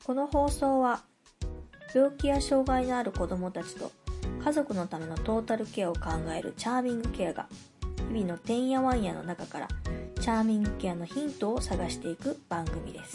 この放送は病気や障害のある子どもたちと家族のためのトータルケアを考えるチャーミングケアが日々のてんやわんやの中からチャーミングケアのヒントを探していく番組です。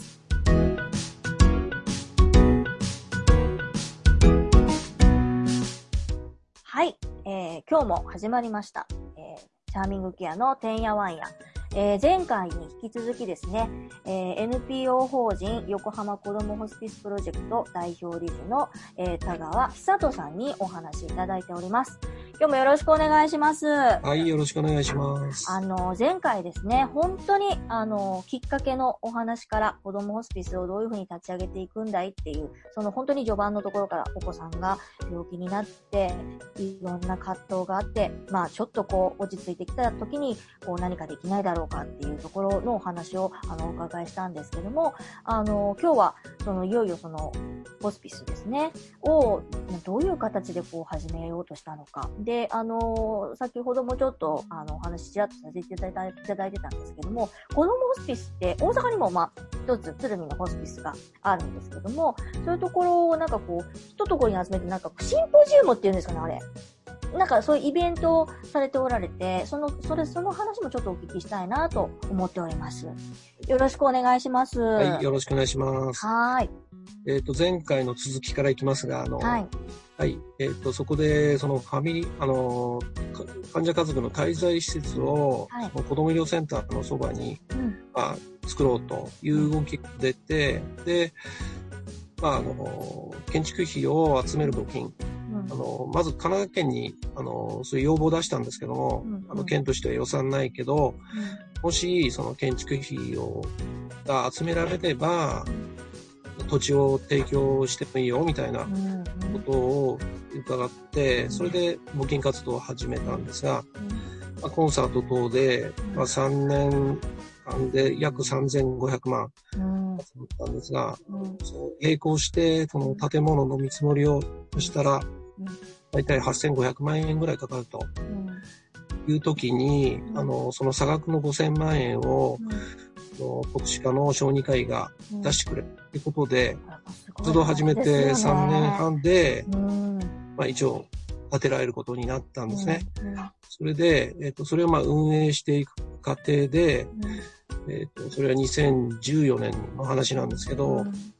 はい、今日も始まりました、チャーミングケアのてんやわんや。前回に引き続きですね、NPO 法人横浜子どもホスピスプロジェクト代表理事の、田川久人さんにお話しいただいております。今日もよろしくお願いします。 はい、よろしくお願いします。 前回ですね、本当にきっかけのお話から子どもホスピスをどういうふうに立ち上げていくんだいっていう、その本当に序盤のところからお子さんが病気になっていろんな葛藤があって、ちょっと落ち着いてきた時に何かできないだろうかっていうところのお話をお伺いしたんですけども、今日はいよいよホスピスですねをどういう形で始めようとしたのかで、先ほどもちょっとお話ちらっとさせていただいてたんですけども、子どもホスピスって大阪にも一つ鶴見のホスピスがあるんですけども、そういうところを一ところに集めてシンポジウムっていうんですかね、あれそういうイベントをされておられて、その話もちょっとお聞きしたいなと思っております。よろしくお願いします。 はい、よろしくお願いします。 はい。 前回の続きからいきますが、 はい。 はい、そこで、患者家族の滞在施設を、はい、子ども医療センターのそばに、作ろうという動きが出て、で、建築費を集める募金、まず神奈川県に、そういう要望を出したんですけども、県としては予算ないけど、もし、建築費が集められれば、土地を提供してもいいよ、みたいなことを伺って、それで募金活動を始めたんですが、コンサート等で、3年間で約3500万集めたんですが、並行して、建物の見積もりをしたら、だいたい8500万円ぐらいかかるという時に、その差額の5000万円を、国士舘の小児科医が出してくれるということで、活動を始めて3年半で、一応建てられることになったんですね。それで、それを運営していく過程で、それは2014年の話なんですけど、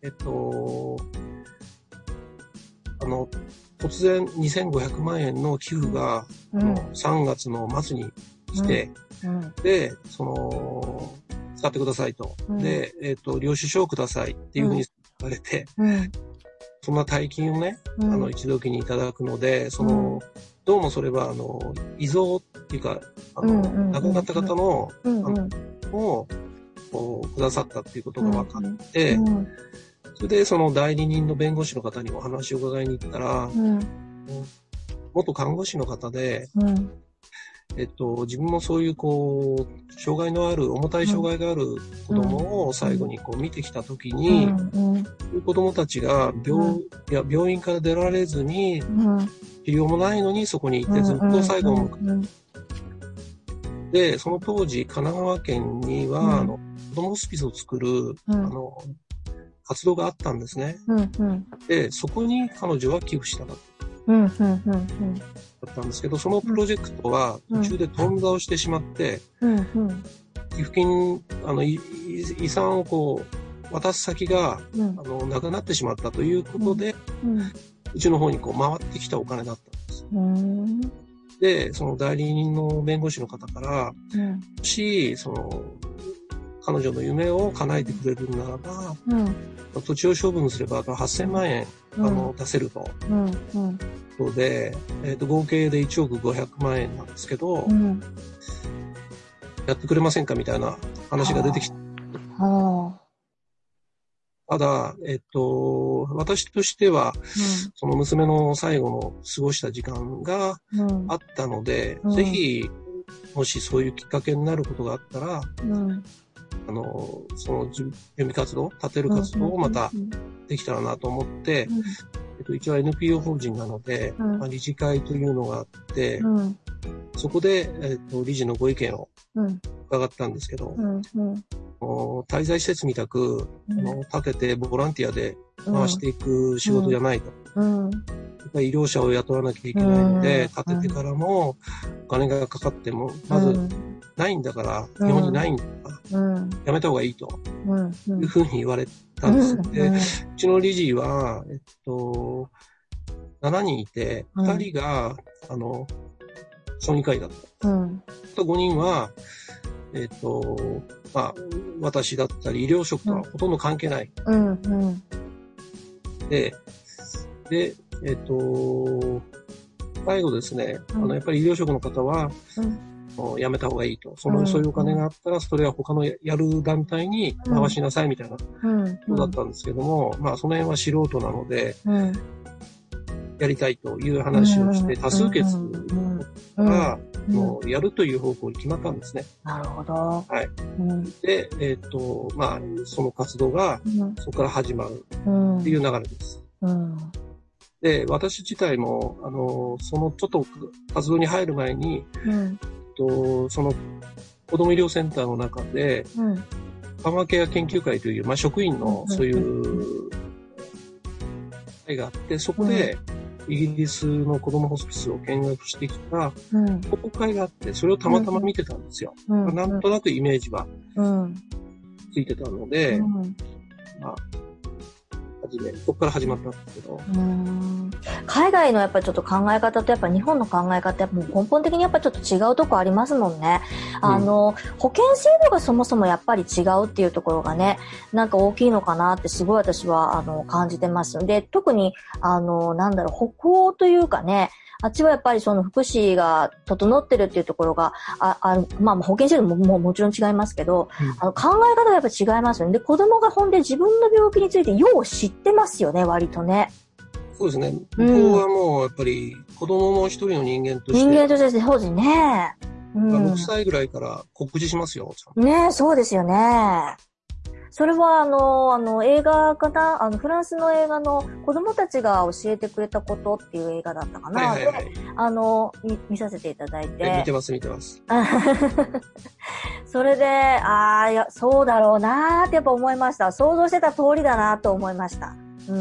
突然2500万円の寄付が、3月の末に来て、で、使ってくださいと。で、領収書をくださいっていうふうに言われて、そんな大金をね、一時にいただくので、どうもそれは、遺贈っていうか、亡くなった方の、を、くださったっていうことが分かって、それで代理人の弁護士の方にお話を伺いに行ったら、元看護師の方で、自分もそういう障害のある、重たい障害がある子供を最後に見てきたときに、そういう子供たちが病院から出られずに、治療もないのにそこにいてずっと最後を迎えで、その当時、神奈川県には、子供ホスピスを作る、活動があったんですね。で、そこに彼女は寄付したかった。だったんですけど、そのプロジェクトは途中で頓挫をしてしまって、寄付金、遺産を渡す先が、なくなってしまったということで、うちの方に回ってきたお金だったんです。で、その代理人の弁護士の方から、もし、彼女の夢を叶えてくれるならば、土地を処分すれば8000万円、出せると。ので、合計で1億500万円なんですけど、やってくれませんかみたいな話が出てきた。ただ、私としては、その娘の最後の過ごした時間があったので、ぜひ、もしそういうきっかけになることがあったら、その準備活動、立てる活動をまたできたらなと思って、一応 NPO 法人なので、理事会というのがあって、そこで、理事のご意見を伺ったんですけど、滞在施設みたく、建ててボランティアで回していく仕事じゃないと。やっぱり医療者を雇わなきゃいけないので、建ててからもお金がかかっても、まずないんだから、日本にないんだから、やめた方がいいと、いうふうに言われたんです。で、うちの理事は、7人いて、2人が、小児科医だった。5人は、まあ、私だったり医療職とはほとんど関係ない。で、最後ですね、やっぱり医療職の方は、辞めた方がいいと。そういうお金があったら、それは他のやる団体に回しなさいみたいなことだったんですけども、まあ、その辺は素人なので、やりたいという話をして、多数決が、やるという方向に決まったんですね。 なるほど。 はい。で、まあ、その活動が、そこから始まるっていう流れです。で、私自体も、そのちょっと活動に入る前に、その子ども医療センターの中で、緩和ケア研究会という、まあ、職員のそういう会があって、そこで、イギリスの子どもホスピスを見学してきた報告会があって、それをたまたま見てたんですよ。なんとなくイメージはついてたので、まあ、ここから始まったんですけど。 海外のやっぱりちょっと考え方とやっぱ日本の考え方やっぱもう根本的にやっぱちょっと違うとこありますもんね。保険制度がそもそもやっぱり違うっていうところがね、なんか大きいのかなってすごい私は感じてますので、特に北欧というかね、あっちはやっぱりその福祉が整ってるっていうところがまあ保険制度ももちろん違いますけど、考え方がやっぱ違いますよね。で、子供がほんで自分の病気についてよう知ってますよね、割とね。 そうですね。向こうはもうやっぱり子供も一人の人間として。 そうですね。 6歳ぐらいから告示しますよ。 ね、そうですよね。それは映画かな、フランスの映画の子供たちが教えてくれたことっていう映画だったかな。見させていただいて。 見てます。 それで、いや、そうだろうなーってやっぱ思いました。想像してた通りだなと思いました。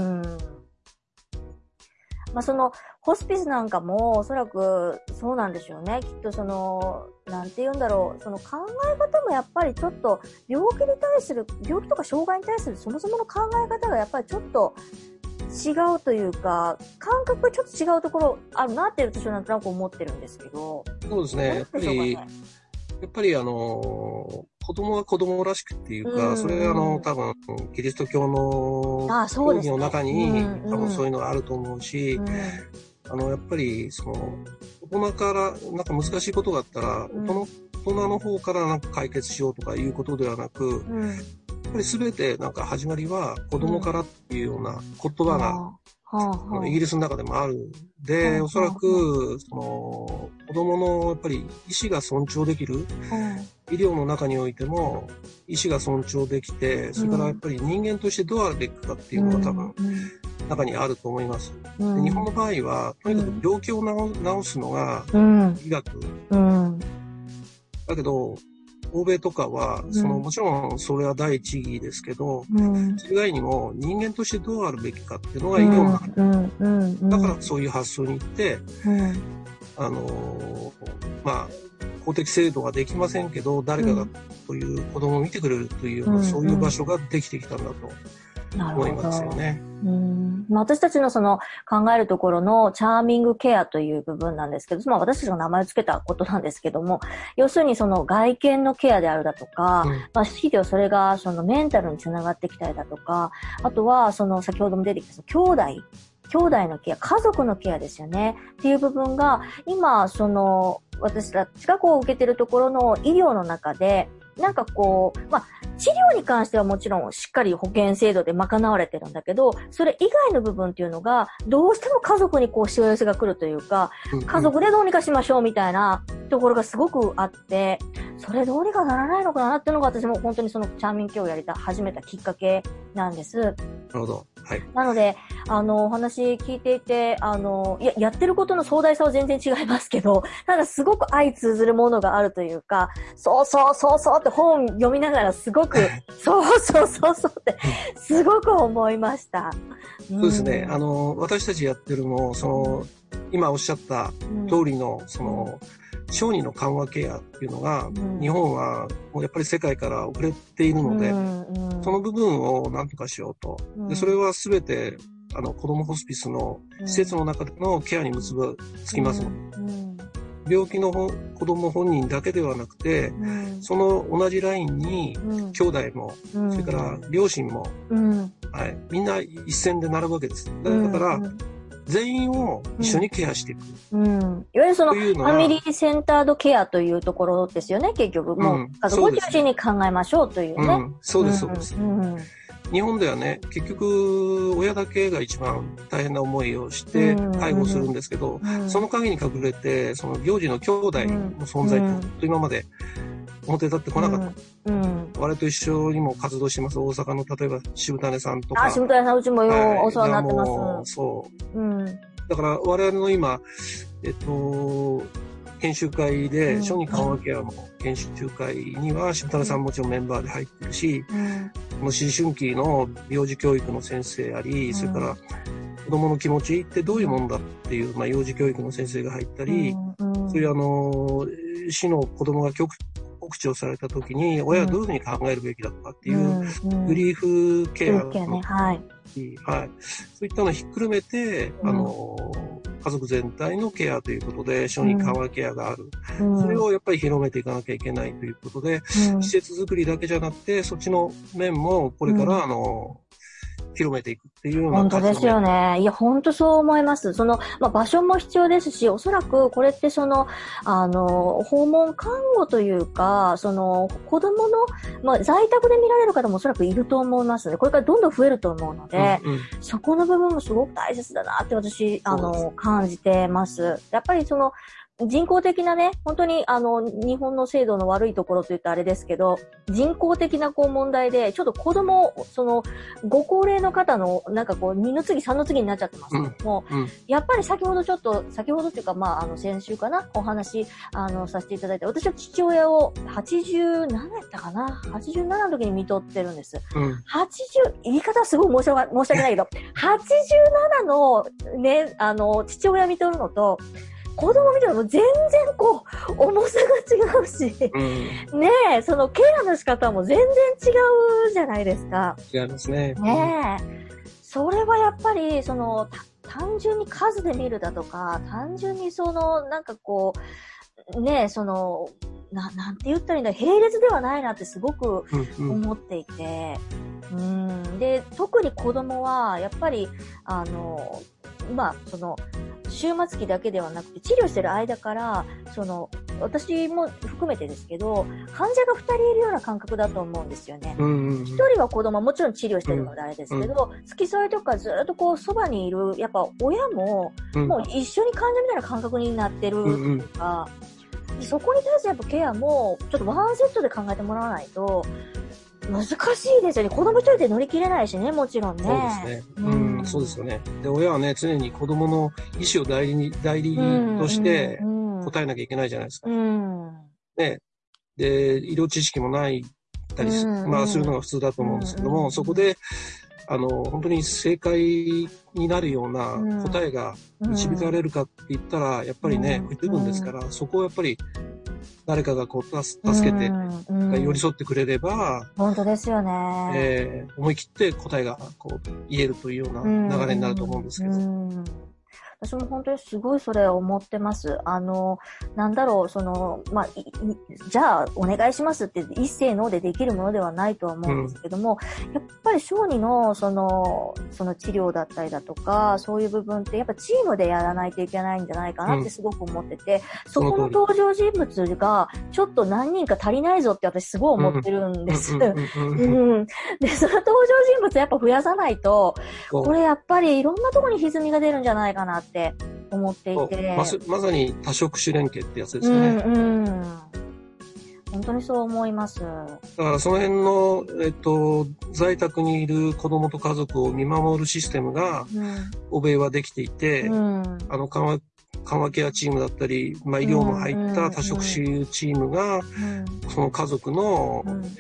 まあ、その、ホスピスなんかも、おそらく、そうなんでしょうね。きっとなんて言うんだろう。その考え方もやっぱりちょっと、病気とか障害に対するそもそもの考え方がやっぱりちょっと違うというか、感覚がちょっと違うところあるなって私はなんとなく思ってるんですけど。 そうですね。やっぱり子供は子供らしくっていうか、それが多分、キリスト教の教義の中に、多分そういうのがあると思うし、やっぱり、大人からなんか難しいことがあったら、大人の方からなんか解決しようとかいうことではなく、やっぱり全てなんか始まりは子供からっていうような言葉が、イギリスの中でもある。で、おそらく、子供のやっぱり意思が尊重できる、医療の中においても意思が尊重できて、それからやっぱり人間としてどうあるべきかっていうのが多分、中にあると思います。で日本の場合は、とにかく病気を治すのが医学。だけど、欧米とかは、もちろんそれは第一義ですけど、それ以外にも人間としてどうあるべきかっていうのが医療の中。だからそういう発想に行って、まあ、公的制度ができませんけど、誰かがという子供を見てくれるというような、そういう場所ができてきたんだと思いますよね。 私たちの考えるところのチャーミングケアという部分なんですけど、私たちが名前をつけたことなんですけども、要するに外見のケアであるだとか、ひいてはそれがメンタルにつながってきたりだとか、あとは先ほども出てきた兄弟のケア、家族のケアですよね。っていう部分が、今、私たちが受けてるところの医療の中で、 なんかこう、まあ、治療に関してはもちろんしっかり保険制度で賄われてるんだけど、それ以外の部分っていうのが、どうしても家族にこうしわ寄せが来るというか、家族でどうにかしましょうみたいなところがすごくあって、それどうにかならないのかなっていうのが私も本当にそのチャーミングケアを始めたきっかけなんです。なるほど。はい。 なので、お話聞いていて、やってることの壮大さは全然違いますけど、ただすごく相通ずるものがあるというか、そうって本読みながらすごく、そうってすごく思いました。 そうですね。私たちやってるの、今おっしゃった通りの、小児の緩和ケアっていうのが、日本はもうやっぱり世界から遅れているので、その部分を何とかしようと。で、それはすべて、子供ホスピスの施設の中でのケアに結びつきますので、病気の子供本人だけではなくて、その同じラインに、兄弟も、それから両親も、はい、みんな一線で並ぶわけです。だから、全員を一緒にケアしていく。 いわゆるその、ファミリーセンタードケアというところですよね、結局。もう、家族を中心に考えましょうというね。 そうです、そうです。日本ではね、結局、親だけが一番大変な思いをして介護するんですけど、その陰に隠れて、その幼児の兄弟の存在と今まで表立ってこなかった。我々と一緒にも活動してます。大阪の例えば渋谷さんとか。 渋谷さんうちもお世話になってます。 そう。だから我々の今、研修会で、小児緩和ケアの研修会には渋谷さんもちろんメンバーで入ってるし、この思春期の幼児教育の先生あり、それから子供の気持ちってどういうもんだっていう、幼児教育の先生が入ったり、そういう市の子供が告知をされた時に、親はどういうふうに考えるべきだとかっていう、グリーフケアの、はい。そういったのをひっくるめて、家族全体のケアということで、小児緩和ケアがある。それをやっぱり広めていかなきゃいけないということで、施設作りだけじゃなくて、そっちの面もこれから、広めていくっていうような。 本当ですよね。いや、本当そう思います。場所も必要ですし、おそらくこれって訪問看護というか、子供の、在宅で見られる方もおそらくいると思いますので、これからどんどん増えると思うので、そこの部分もすごく大切だなって私、感じてます。やっぱり人工的なね、本当に日本の制度の悪いところと言ったらあれですけど、人工的な問題で、ちょっと子供、ご高齢の方の、2の次、3の次になっちゃってますけども、やっぱり先ほどっていうか、先週かな、お話、させていただいて、私は父親を87やったかな ?87 の時に見とってるんです。言い方はすごい申し訳ないけど、87のね、父親見とるのと、子供見ても全然重さが違うし、ねえ、ケアの仕方も全然違うじゃないですか。 違いますね。 ねえ。それはやっぱり、単純に数で見るだとか、単純にねえ、なんて言ったらいいんだ、並列ではないなってすごく思っていて、で、特に子供は、やっぱり、終末期だけではなくて、治療してる間から、私も含めてですけど、患者が2人いるような感覚だと思うんですよね。1人は子供、もちろん治療してるのであれですけど、付き添いとかずっとそばにいる、やっぱ親も、もう一緒に患者みたいな感覚になってるとか、そこに対してやっぱケアも、ちょっとワンセットで考えてもらわないと、難しいですよね。子供一人で乗り切れないしね、もちろんね。 そうですね。そうですよね。で、親はね、常に子供の意思を代理として答えなきゃいけないじゃないですか。ね。で、医療知識もないたりするのが普通だと思うんですけども、そこで、本当に正解になるような答えが導かれるかって言ったら、やっぱりね、不十分ですから、そこをやっぱり、誰かが助けて、寄り添ってくれれば、 本当ですよね。 思い切って答えが言えるというような流れになると思うんですけど。 私も本当にすごいそれを思ってます。なんだろう、じゃあお願いしますって一斉のでできるものではないとは思うんですけども、やっぱり小児のその治療だったりだとか、そういう部分ってやっぱチームでやらないといけないんじゃないかなってすごく思ってて、そこの登場人物がちょっと何人か足りないぞって私すごい思ってるんです。で、その登場人物やっぱ増やさないと、これやっぱりいろんなところに歪みが出るんじゃないかなって思っていて。 まさに多職種連携ってやつですよね。 本当にそう思います。だからその辺の、在宅にいる子供と家族を見守るシステムが、欧米はできていて、緩和ケアチームだったり、医療も入った多職種チームが、その家族の、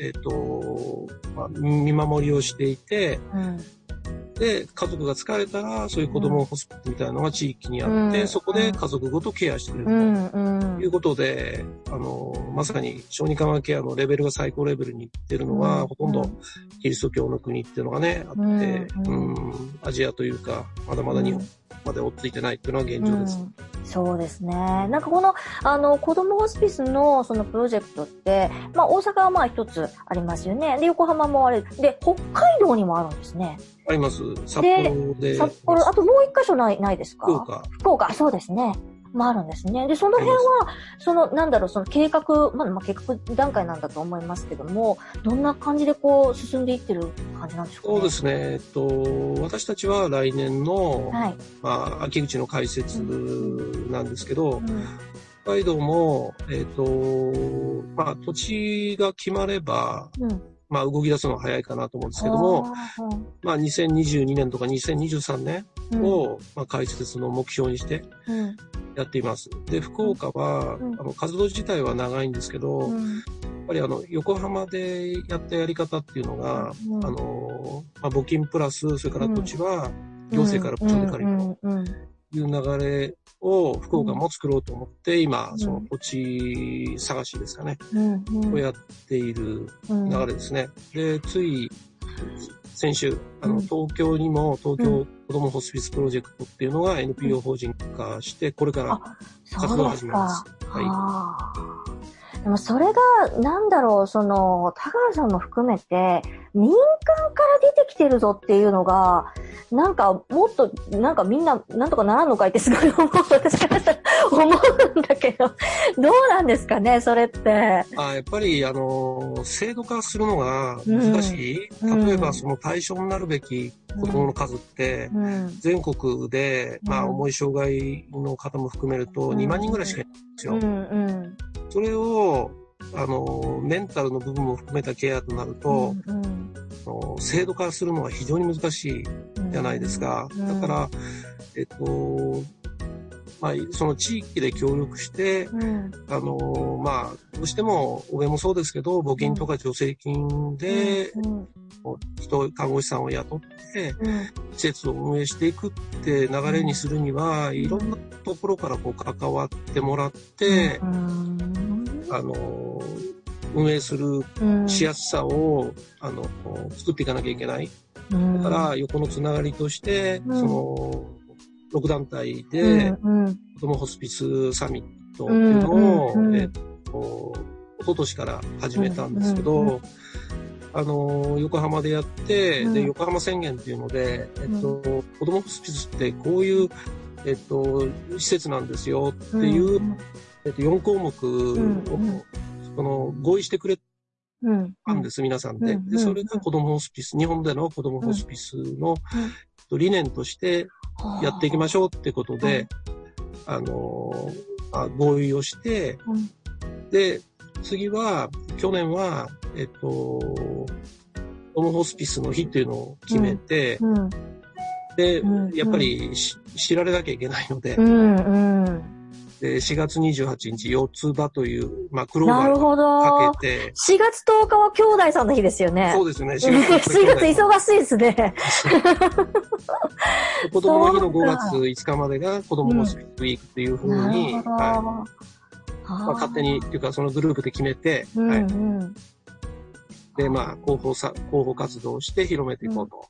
見守りをしていて、で、家族が疲れたら、そういう子供ホスピスみたいなのが地域にあって、そこで家族ごとケアしてくれるということで、まさに小児緩和ケアのレベルが最高レベルにいってるのは、ほとんどキリスト教の国っていうのがね、あって、アジアというか、まだまだ日本まで追っついてないっていうのは現状です。 そうですね。なんかこの、子供ホスピスのそのプロジェクトって、大阪は一つありますよね。で、横浜もあれ。で、北海道にもあるんですね。 あります。札幌で。 札幌、あともう一箇所ないですか？福岡、そうですね。あるんですね。で、その辺は、その計画、計画段階なんだと思いますけども、どんな感じで進んでいってる感じなんでしょうかね。 そうですね。私たちは来年の、秋口の開設なんですけど、北海道も、土地が決まれば、動き出すのは早いかなと思うんですけども、2022年とか2023年を、開設の目標にしてやっています。で、福岡は、活動自体は長いんですけど、やっぱり横浜でやったやり方っていうのが、募金プラス、それから土地は行政から無償で借りるという流れを福岡も作ろうと思って、今、その土地探しですかね、をやっている流れですね。で、つい先週、東京にも東京子どもホスピスプロジェクトっていうのが NPO 法人化して、これから活動を始めます。 でもそれが、田川さんも含めて、民間から出てきてるぞっていうのが、もっと、みんな、なんとかならんのかいってすごい私からしたら思うんだけど、どうなんですかね、それって。 やっぱり、制度化するのが難しい。例えば、その対象になるべき子供の数って、全国で、重い障害の方も含めると2万人ぐらいしかいないんですよ。それを、メンタルの部分も含めたケアとなると、制度化するのは非常に難しいじゃないですか。だから、その地域で協力して、どうしても、俺もそうですけど、募金とか助成金で、看護師さんを雇って、施設を運営していくって流れにするには、いろんなところから関わってもらって、運営するしやすさを、作っていかなきゃいけない。だから、横のつながりとして、6団体で、子どもホスピスサミットっていうのを、一昨年から始めたんですけど、横浜でやって、で、横浜宣言っていうので、子どもホスピスってこういう、施設なんですよっていう、4項目を、合意してくれたんです、皆さんで。で、それが子どもホスピス、日本での子どもホスピスの理念としてやっていきましょうってことで、合意をして、で、次は、去年は、子どもホスピスの日っていうのを決めて、で、やっぱり知られなきゃいけないので、で、4月28日、四つ葉という、クローバーをかけて。 4月10日は兄弟さんの日ですよね。 そうですね。4 月忙しいですね。 子供の日の5月5日までが子供ホスピスウィークっていうふうに、勝手に、っていうかそのグループで決めて、で、広報活動をして広めていこうと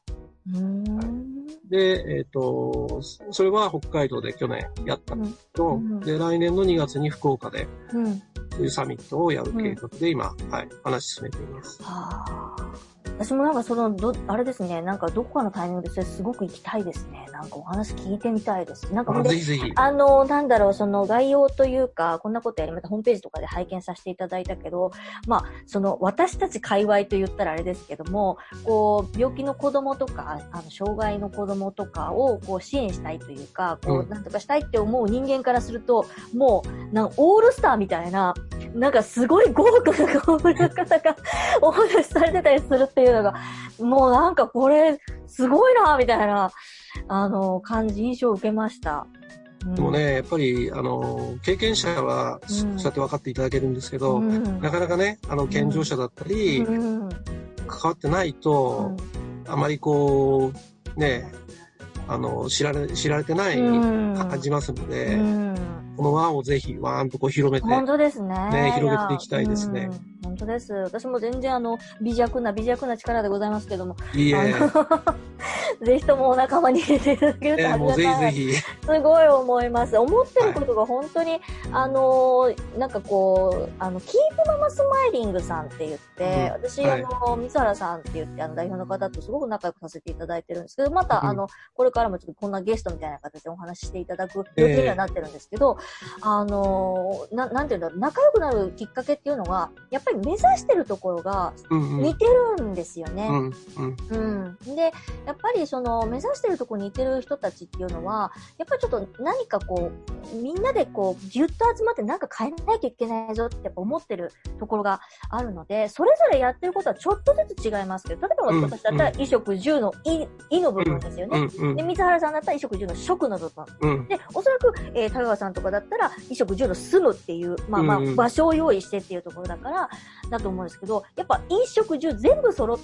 で、それは北海道で去年やったのと、で、来年の2月に福岡で、そういうサミットをやる計画で今、はい、話進めています。 私もなんかあれですね、なんかどこかのタイミングでそれすごく行きたいですね。なんかお話聞いてみたいです。なんかぜひぜひ。 なんだろう、その概要というか、こんなことやりまたホームページとかで拝見させていただいたけど、まあ、私たち界隈と言ったらあれですけども、こう、病気の子供とか、障害の子供とかをこう支援したいというか、こう、なんとかしたいって思う人間からすると、もう、オールスターみたいな、なんかすごい豪華な顔ぶれの方がお話しされてたりするっていうのが、もうなんかこれ、すごいなみたいな、印象を受けました。 でもね、やっぱり、経験者は、そうやって分かっていただけるんですけど、なかなかね、健常者だったり、関わってないと、あまりこう、ね、知られてない感じますので、この輪をぜひ、わーんとこう広めて、 本当ですね。 広げていきたいですね。 本当です。私も全然微弱な力でございますけども。 いいえ。 ぜひともお仲間に入れていただけるとありがたい。 もうぜひぜひ。 すごい思います。思ってることが本当に、なんかこう、キープママスマイリングさんって言って、私、水原さんって言って、代表の方とすごく仲良くさせていただいてるんですけど、また、これからもちょっとこんなゲストみたいな形でお話ししていただく予定にはなってるんですけど、なんていうんだろう、仲良くなるきっかけっていうのが、やっぱり目指してるところが似てるんですよね。で、やっぱり目指してるところに似てる人たちっていうのは、やっぱりちょっと何かこう、みんなでこう、ぎゅっと集まってなんか変えなきゃいけないぞってやっぱ思ってるところがあるので、それぞれやってることはちょっとずつ違いますけど、例えば私だったら衣食住の衣の部分ですよね。で、水原さんだったら衣食住の食の部分。で、おそらく、高川さんとかだったら衣食住の住むっていう、場所を用意してっていうところだから、だと思うんですけど、やっぱ衣食住全部揃って、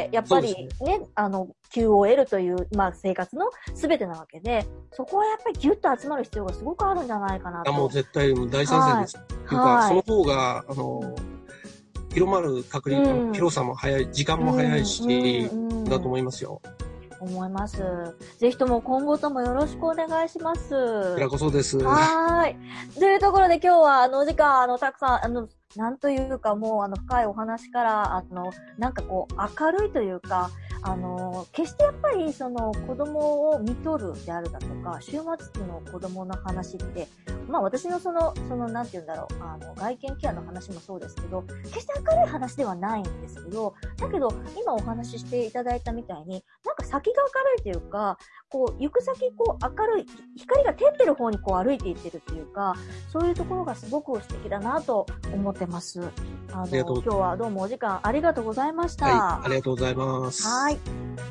やっぱりね、QOL という、生活の全てなわけで、そこはやっぱりギュッと集まる必要がすごくあるんじゃないかなと。 もう絶対大賛成です。っていうか、その方が、広まる確率、広さも早い、時間も早いし、だと思いますよ。 思います。ぜひとも今後ともよろしくお願いします。こちらこそです。 はい。というところで今日はお時間、たくさん、なんというかもう深いお話から、なんかこう明るいというか、決してやっぱり子供を見とるであるだとか、終末期の子供の話って、私のなんて言うんだろう、外見ケアの話もそうですけど、決して明るい話ではないんですけど、だけど、今お話ししていただいたみたいに、なんか先が明るいというか、こう、行く先、こう、明るい、光が照ってる方にこう歩いていってるっていうか、そういうところがすごく素敵だなと思ってます。今日はどうもお時間ありがとうございました。 はい、ありがとうございます。 はい。